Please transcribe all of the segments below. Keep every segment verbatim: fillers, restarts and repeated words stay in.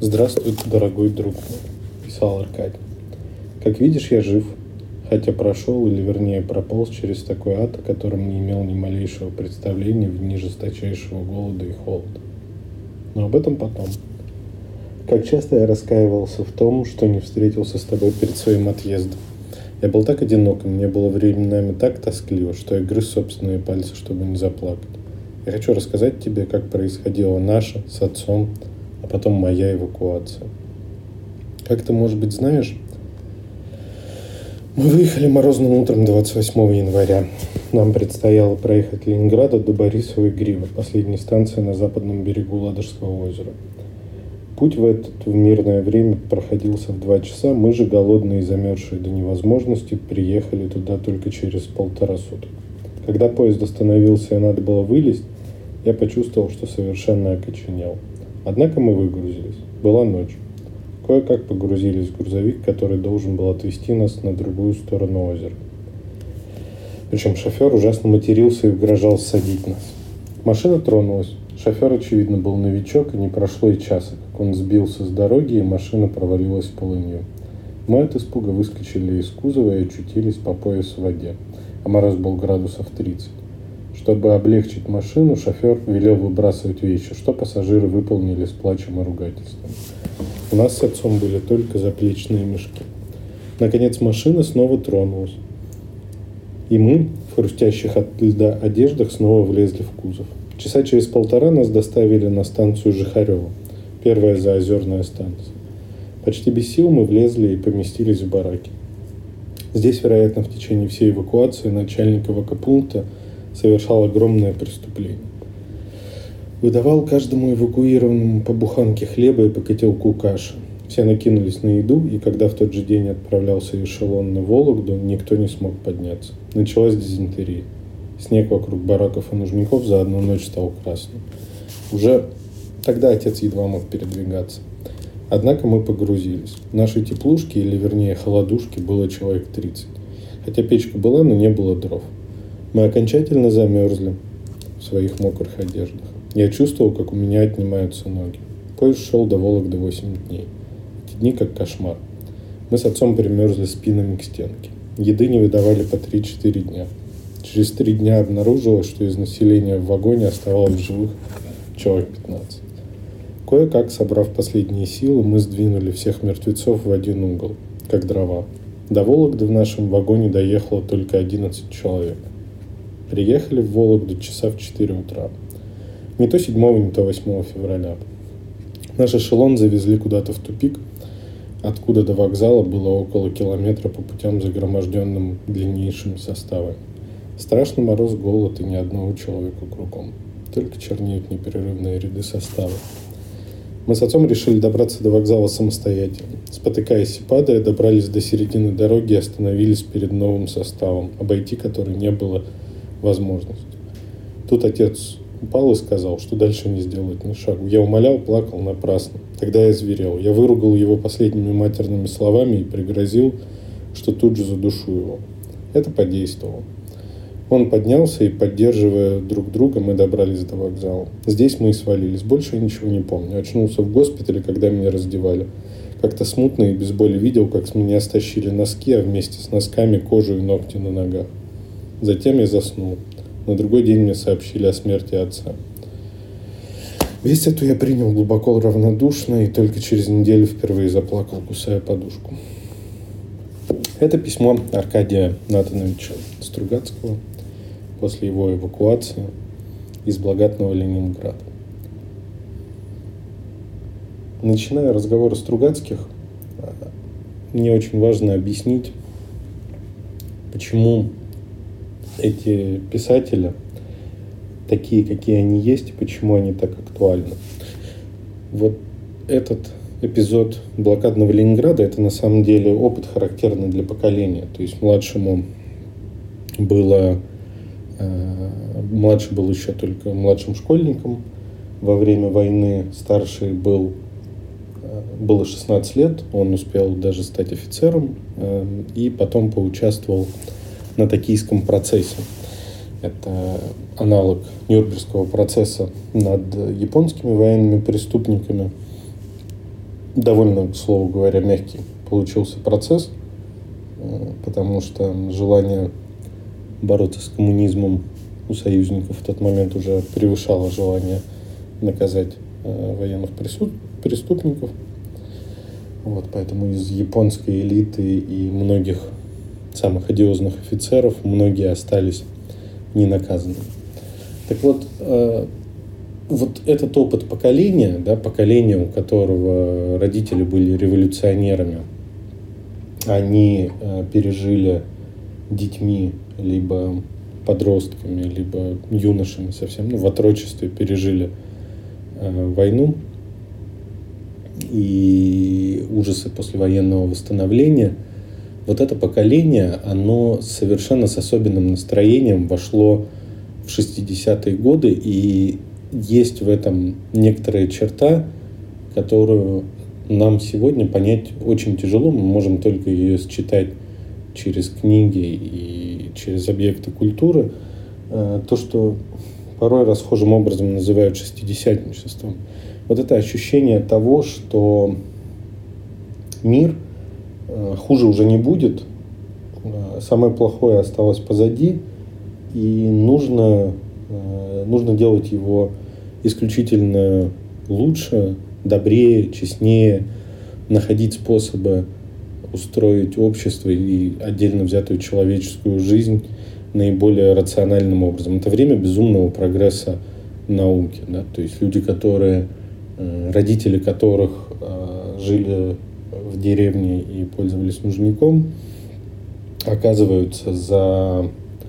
«Здравствуй, дорогой друг мой», — писал Аркадий. «Как видишь, я жив, хотя прошел, или вернее прополз через такой ад, о котором не имел ни малейшего представления в дни жесточайшего голода и холода. Но об этом потом. Как часто я раскаивался в том, что не встретился с тобой перед своим отъездом. Я был так одинок, и мне было временами так тоскливо, что я грыз собственные пальцы, чтобы не заплакать. Я хочу рассказать тебе, как происходила наша с отцом, а потом моя эвакуация. Как ты, может быть, знаешь, мы выехали морозным утром двадцать восьмого января. Нам предстояло проехать Ленинграда до Борисовой Гривы, последней станции на западном берегу Ладожского озера. Путь в этот в мирное время проходился в два часа. Мы же, голодные и замерзшие до невозможности, приехали туда только через полтора суток. Когда поезд остановился и надо было вылезть, я почувствовал, что совершенно окоченел. Однако мы выгрузились. Была ночь. Кое-как погрузились в грузовик, который должен был отвезти нас на другую сторону озера. Причем шофер ужасно матерился и угрожал садить нас. Машина тронулась. Шофер, очевидно, был новичок, и не прошло и часа, как он сбился с дороги, и машина провалилась в полынью. Мы от испуга выскочили из кузова и очутились по пояс в воде, а мороз был градусов тридцать. Чтобы облегчить машину, шофер велел выбрасывать вещи, что пассажиры выполнили с плачем и ругательством. У нас с отцом были только заплечные мешки. Наконец машина снова тронулась, и мы в хрустящих от льда одеждах снова влезли в кузов. Часа через полтора нас доставили на станцию Жихарева, первая заозерная станция. Почти без сил мы влезли и поместились в бараке. Здесь, вероятно, в течение всей эвакуации начальник эвакопункта совершал огромное преступление. Выдавал каждому эвакуированному по буханке хлеба и по котелку каши. Все накинулись на еду, и когда в тот же день отправлялся эшелон на Вологду, никто не смог подняться. Началась дизентерия. Снег вокруг бараков и нужников за одну ночь стал красным. Уже тогда отец едва мог передвигаться. Однако мы погрузились. В нашей теплушке, или вернее холодушке, было человек тридцать. Хотя печка была, но не было дров. Мы окончательно замерзли в своих мокрых одеждах. Я чувствовал, как у меня отнимаются ноги. Поезд шел до Вологды восемь дней. Эти дни как кошмар. Мы с отцом примерзли спинами к стенке. Еды не выдавали по три-четыре дня. Через три дня обнаружилось, что из населения в вагоне оставалось в живых человек пятнадцать. Кое-как, собрав последние силы, мы сдвинули всех мертвецов в один угол, как дрова. До Вологды в нашем вагоне доехало только одиннадцать человек. Приехали в Вологду часа в четыре утра. Не то седьмого, не то восьмого февраля. Наш эшелон завезли куда-то в тупик, откуда до вокзала было около километра по путям, загроможденным длиннейшими составами. Страшный мороз, голод и ни одного человека кругом. Только чернеют непрерывные ряды составов. Мы с отцом решили добраться до вокзала самостоятельно. Спотыкаясь и падая, добрались до середины дороги и остановились перед новым составом, обойти который не было возможности. Тут отец упал и сказал, что дальше не сделает ни шагу. Я умолял, плакал напрасно. Тогда я зверел. Я выругал его последними матерными словами и пригрозил, что тут же задушу его. Это подействовало. Он поднялся, и, поддерживая друг друга, мы добрались до вокзала. Здесь мы и свалились. Больше я ничего не помню. Очнулся в госпитале, когда меня раздевали. Как-то смутно и без боли видел, как с меня стащили носки, а вместе с носками кожу и ногти на ногах. Затем я заснул. На другой день мне сообщили о смерти отца. Весть эту я принял глубоко равнодушно и только через неделю впервые заплакал, кусая подушку. Это письмо Аркадия Натановича Стругацкого после его эвакуации из благодатного Ленинграда. Начиная разговор о Стругацких, мне очень важно объяснить, почему эти писатели такие, какие они есть, и почему они так актуальны. Вот этот эпизод блокадного Ленинграда — это на самом деле опыт, характерный для поколения. То есть младшему было... Э, младший был еще только младшим школьником во время войны, старший был, э, было шестнадцать лет, он успел даже стать офицером э, и потом поучаствовал на Токийском процессе. Это аналог Нюрнбергского процесса над японскими военными преступниками. довольно, к слову говоря, мягкий получился процесс, потому что желание бороться с коммунизмом у союзников в тот момент уже превышало желание наказать военных преступников. Вот, поэтому из японской элиты и многих самых одиозных офицеров многие остались ненаказанными. Так вот, э, вот этот опыт поколения, да, поколения, у которого родители были революционерами, они э, пережили детьми, либо подростками, либо юношами совсем, ну, в отрочестве пережили э, войну и ужасы послевоенного восстановления. Вот это поколение, оно совершенно с особенным настроением вошло в шестидесятые годы, и есть в этом некоторая черта, которую нам сегодня понять очень тяжело. Мы можем только ее считать через книги и через объекты культуры. То, что порой расхожим образом называют шестидесятничеством. Вот это ощущение того, что мир хуже уже не будет, самое плохое осталось позади, и нужно, нужно делать его исключительно лучше, добрее, честнее, находить способы устроить общество и отдельно взятую человеческую жизнь наиболее рациональным образом. Это время безумного прогресса науки. Да? То есть люди, которые, родители которых жили в деревне и пользовались нужником, оказываются за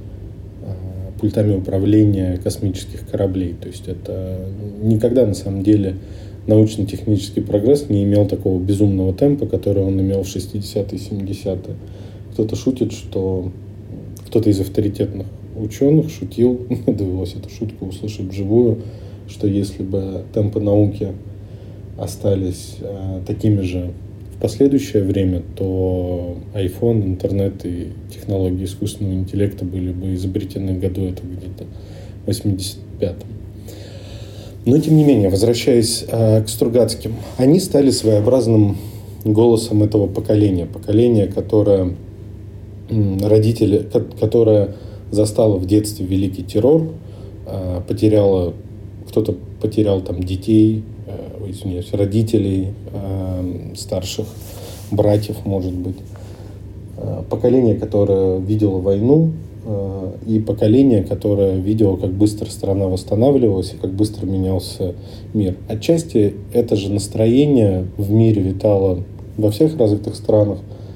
пультами управления космических кораблей. То есть это никогда на самом деле научно-технический прогресс не имел такого безумного темпа, который он имел в шестидесятые и семидесятые. Кто-то шутит, что кто-то из авторитетных ученых шутил, довелось эту шутку услышать вживую, что если бы темпы науки остались э, такими же в последующее время, то iPhone, интернет и технологии искусственного интеллекта были бы изобретены году это где-то в восемьдесят пятом. Но, тем не менее, возвращаясь э, к Стругацким, они стали своеобразным голосом этого поколения. Поколение, которое э, родители, которое застало в детстве великий террор, э, потеряло, кто-то потерял там детей, э, извиняюсь, родителей, э, старших братьев, может быть. Э, поколение, которое видело войну, и поколение, которое видело, как быстро страна восстанавливалась и как быстро менялся мир. Отчасти это же настроение в мире витало во всех развитых странах.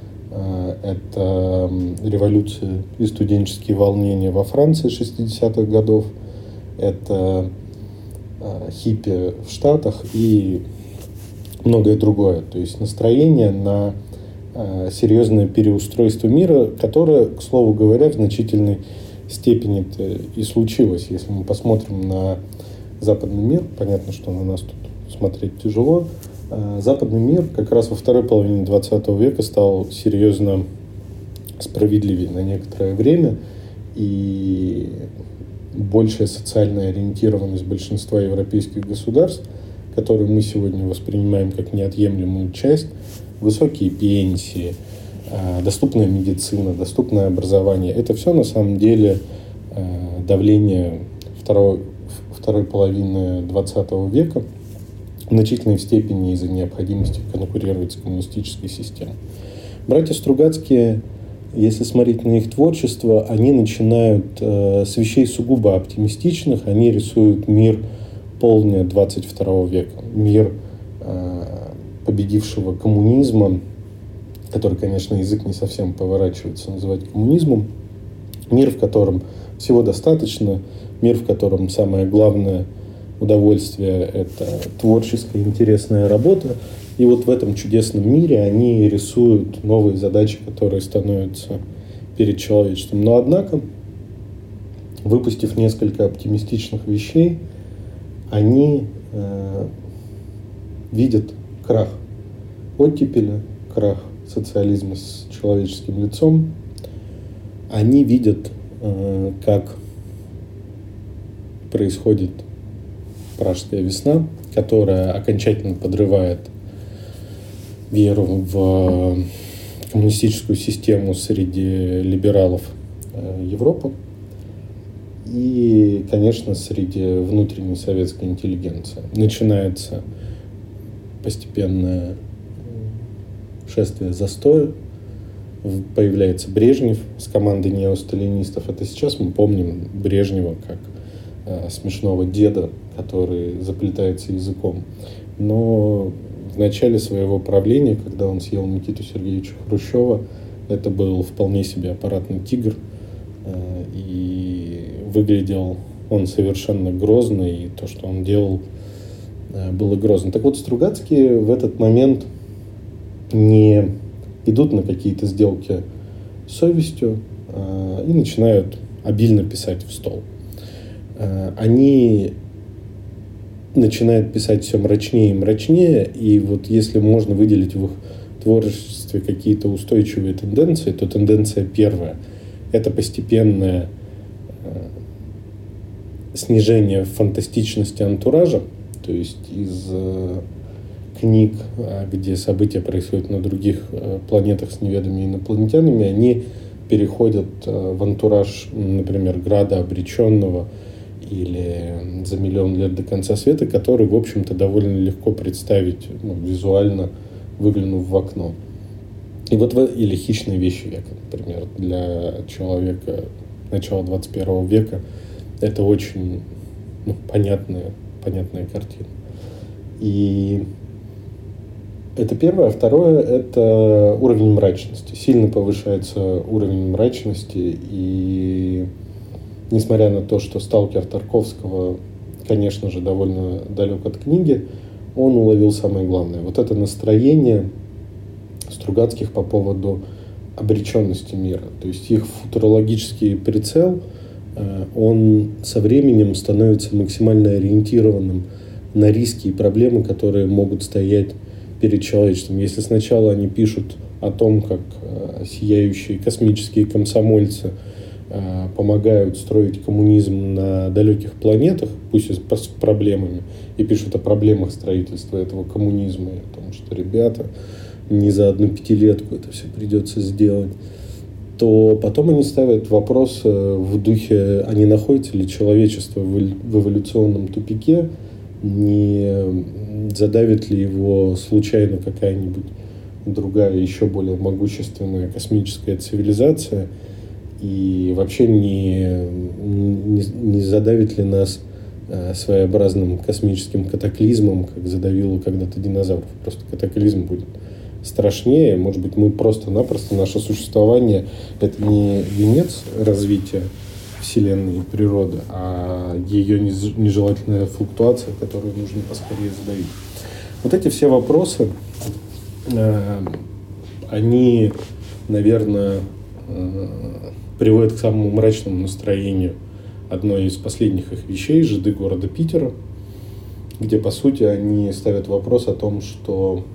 Это революции и студенческие волнения во Франции шестидесятых годов, это хиппи в Штатах и многое другое. То есть настроение на серьезное переустройство мира, которое, к слову говоря, в значительной степени и случилось. Если мы посмотрим на западный мир, понятно, что на нас тут смотреть тяжело, западный мир как раз во второй половине двадцатого века стал серьезно справедливее на некоторое время, и большая социальная ориентированность большинства европейских государств, которые мы сегодня воспринимаем как неотъемлемую часть, высокие пенсии, доступная медицина, доступное образование. Это все на самом деле давление второй, второй половины двадцатого века в значительной степени из-за необходимости конкурировать с коммунистической системой. Братья Стругацкие, если смотреть на их творчество, они начинают с вещей сугубо оптимистичных, они рисуют мир полдня двадцать второго века, мир победившего коммунизма, который, конечно, язык не совсем поворачивается называть коммунизмом, мир, в котором всего достаточно, мир, в котором самое главное удовольствие – это творческая, интересная работа. И вот в этом чудесном мире они рисуют новые задачи, которые становятся перед человечеством. Но, однако, выпустив несколько оптимистичных вещей, они э, видят крах оттепели, крах социализма с человеческим лицом. Они видят, э, как происходит Пражская весна, которая окончательно подрывает веру в коммунистическую систему среди либералов Европы и, конечно, среди внутренней советской интеллигенции. Начинается постепенное шествие застоя, появляется Брежнев с командой неосталинистов. Это сейчас мы помним Брежнева как э, смешного деда, который заплетается языком. Но в начале своего правления, когда он съел Никиту Сергеевича Хрущева, это был вполне себе аппаратный тигр, э, и выглядел он совершенно грозно, и то, что он делал, э, было грозно. Так вот, Стругацкие в этот момент не идут на какие-то сделки с совестью э, и начинают обильно писать в стол. Э, они начинают писать все мрачнее и мрачнее, и вот если можно выделить в их творчестве какие-то устойчивые тенденции, то тенденция первая – это постепенное э, снижение фантастичности антуража, то есть из э, книг, где события происходят на других планетах с неведомыми инопланетянами, они переходят в антураж, например, «Града обреченного» или «За миллион лет до конца света», который, в общем-то, довольно легко представить, ну, визуально, выглянув в окно. И вот, или «Хищные вещи века», например, для человека начала двадцать первого века это очень, ну, понятная, понятная картина. И это первое. А второе – это уровень мрачности. Сильно повышается уровень мрачности. И несмотря на то, что «Сталкер» Тарковского, конечно же, довольно далек от книги, он уловил самое главное. Вот это настроение Стругацких по поводу обреченности мира. То есть их футурологический прицел, он со временем становится максимально ориентированным на риски и проблемы, которые могут стоять перед человечеством. Если сначала они пишут о том, как э, сияющие космические комсомольцы э, помогают строить коммунизм на далеких планетах, пусть и с проблемами, и пишут о проблемах строительства этого коммунизма, и о том, что, ребята, не за одну пятилетку это все придется сделать, то потом они ставят вопрос в духе, а не находится ли человечество в эволюционном тупике, не задавит ли его случайно какая-нибудь другая, еще более могущественная космическая цивилизация, и вообще не, не, не задавит ли нас своеобразным космическим катаклизмом, как задавило когда-то динозавров. Просто катаклизм будет страшнее. Может быть, мы просто-напросто, наше существование – это не венец развития Вселенной и природы, а ее нежелательная флуктуация, которую нужно поскорее задавить. Вот эти все вопросы, э, они, наверное, э, приводят к самому мрачному настроению одной из последних их вещей «Жиды города Питера», где, по сути, они ставят вопрос о том, что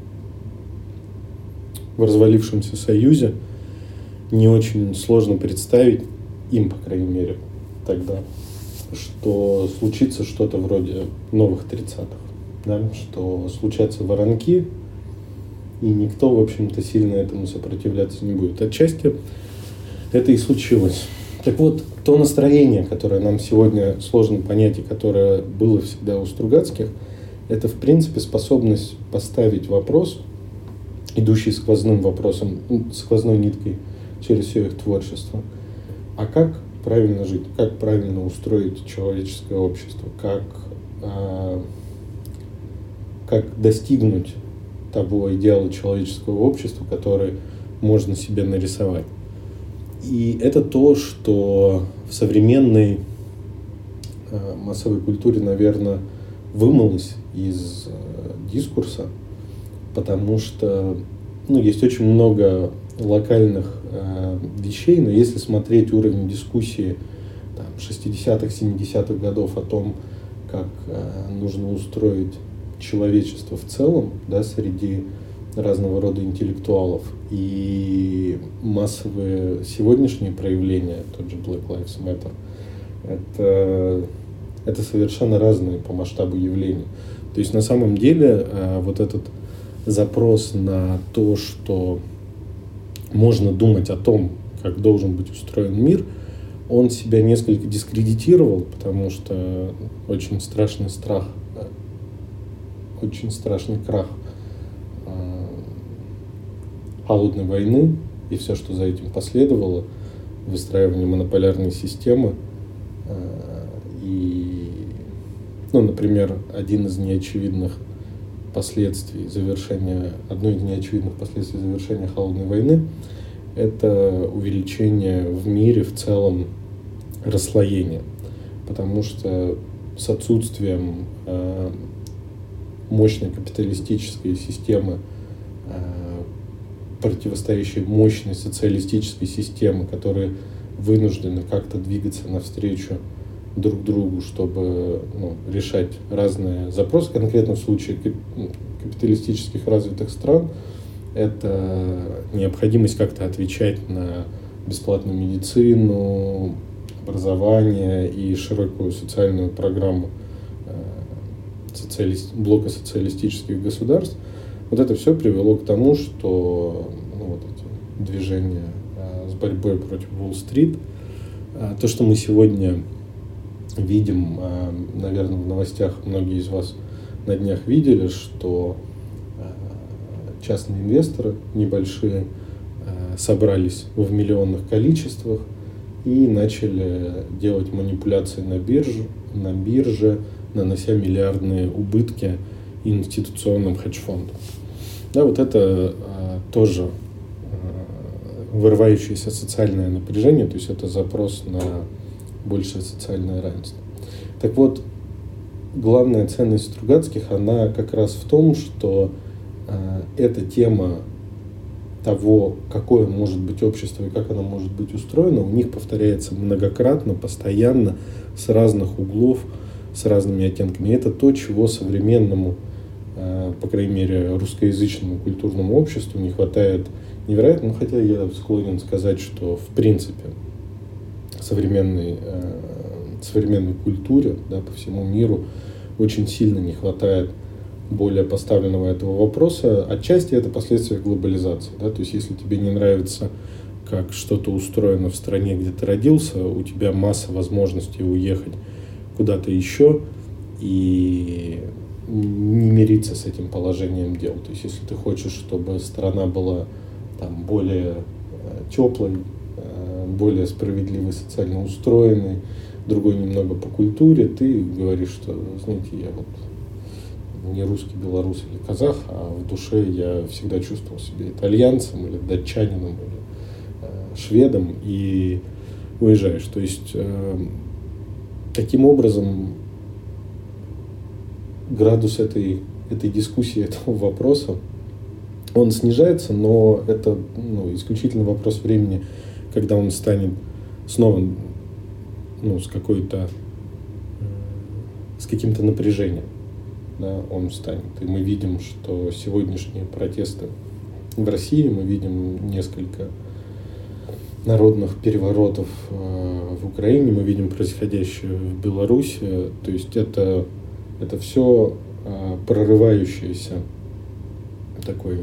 в развалившемся союзе не очень сложно представить, им, по крайней мере, тогда, что случится что-то вроде новых тридцатых, да? Что случатся воронки, и никто, в общем-то, сильно этому сопротивляться не будет. Отчасти это и случилось. Так вот, то настроение, которое нам сегодня сложно понять и которое было всегда у Стругацких, это, в принципе, способность поставить вопрос, идущий сквозным вопросом, сквозной ниткой через все их творчество. А как правильно жить, как правильно устроить человеческое общество, как, э, как достигнуть того идеала человеческого общества, который можно себе нарисовать. И это то, что в современной э, массовой культуре, наверное, вымылось из э, дискурса, потому что, ну, есть очень много локальных э, вещей, но если смотреть уровень дискуссии там, шестидесятых, семидесятых годов о том, как э, нужно устроить человечество в целом, да, среди разного рода интеллектуалов, и массовые сегодняшние проявления, тот же Black Lives Matter, это, это совершенно разные по масштабу явления. То есть на самом деле э, вот этот запрос на то, что можно думать о том, как должен быть устроен мир, он себя несколько дискредитировал, потому что очень страшный страх, очень страшный крах холодной войны и все, что за этим последовало, выстраивание монополярной системы. И, ну, например, один из неочевидных последствий завершения, одно из неочевидных последствий завершения холодной войны – это увеличение в мире в целом расслоения, потому что с отсутствием э, мощной капиталистической системы, э, противостоящей мощной социалистической системы, которые вынуждены как-то двигаться навстречу друг другу, чтобы, ну, решать разные запросы. Конкретно в случае капиталистических развитых стран это необходимость как-то отвечать на бесплатную медицину, образование и широкую социальную программу социали... блока социалистических государств. Вот это все привело к тому, что, ну, вот эти движения с борьбой против Уолл-стрит, то, что мы сегодня видим, наверное, в новостях многие из вас на днях видели, что частные инвесторы небольшие собрались в миллионных количествах и начали делать манипуляции на бирже, на бирже, нанося миллиардные убытки институционным хедж-фондам. Да, вот это тоже вырывающееся социальное напряжение, то есть это запрос на большее социальное равенство. Так вот, главная ценность Стругацких, она как раз в том, что э, эта тема того, какое может быть общество и как оно может быть устроено, у них повторяется многократно, постоянно, с разных углов, с разными оттенками. И это то, чего современному, э, по крайней мере, русскоязычному культурному обществу не хватает невероятно, ну, хотя я склонен сказать, что в принципе современной, э, современной культуре, да, по всему миру очень сильно не хватает более поставленного этого вопроса. Отчасти это последствия глобализации. Да? То есть если тебе не нравится, как что-то устроено в стране, где ты родился, у тебя масса возможностей уехать куда-то еще и не мириться с этим положением дел. То есть если ты хочешь, чтобы страна была там более теплой, более справедливой, социально устроенной, другой немного по культуре, ты говоришь, что, знаете, я вот не русский, белорус или казах, а в душе я всегда чувствовал себя итальянцем или датчанином или э, шведом, и уезжаешь. То есть э, таким образом градус этой, этой дискуссии, этого вопроса, он снижается, но это, ну, исключительно вопрос времени, когда он станет снова, ну, с какой-то, с каким-то напряжением, да, он встанет. И мы видим, что сегодняшние протесты в России, мы видим несколько народных переворотов в Украине, мы видим происходящее в Беларуси. То есть это, это все прорывающийся такой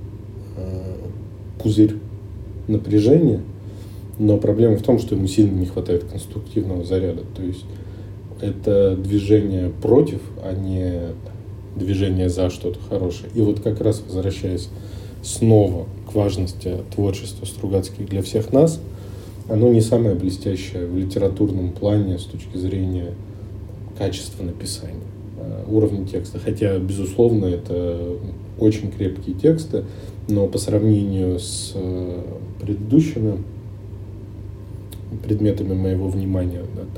пузырь напряжения, но проблема в том, что ему сильно не хватает конструктивного заряда. То есть это движение против, а не движение за что-то хорошее. И вот как раз возвращаясь снова к важности творчества Стругацких для всех нас, оно не самое блестящее в литературном плане с точки зрения качества написания, уровня текста. Хотя, безусловно, это очень крепкие тексты, но по сравнению с предыдущими предметами моего внимания, да, там,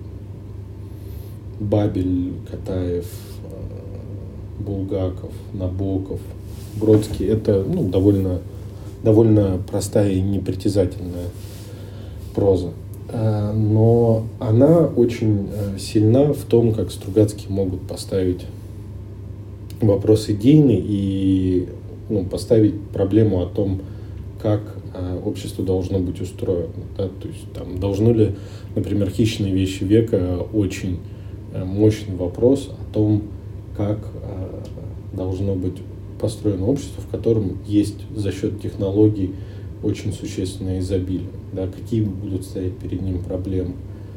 Бабель, Катаев, Булгаков, Набоков, Бродский, это, ну, довольно, довольно простая и непритязательная проза. Но она очень сильна в том, как Стругацкие могут поставить вопрос идейный и, ну, поставить проблему о том, как общество должно быть устроено. Да? То есть там должны ли, например, «Хищные вещи века» очень мощный вопрос о том, как должно быть построено общество, в котором есть за счет технологий очень существенное изобилие, да, какие будут стоять перед ним проблемы.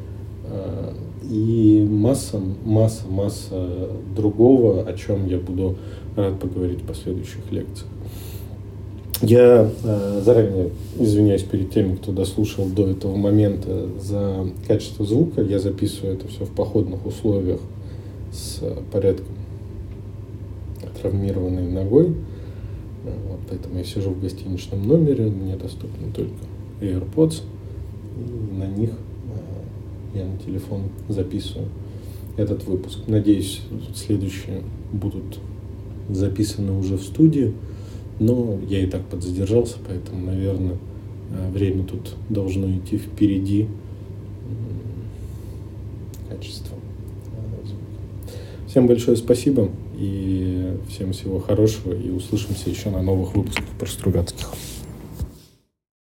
И масса, масса, масса другого, о чем я буду рад поговорить в последующих лекциях. Я э, заранее извиняюсь перед теми, кто дослушал до этого момента за качество звука. Я записываю это все в походных условиях с порядком травмированной ногой. Вот, поэтому я сижу в гостиничном номере, мне доступны только AirPods, и на них э, я на телефон записываю этот выпуск. Надеюсь, следующие будут записаны уже в студии. Но я и так подзадержался, поэтому, наверное, время тут должно идти впереди качества звука. Всем большое спасибо и всем всего хорошего, и услышимся еще на новых выпусках про Стругацких.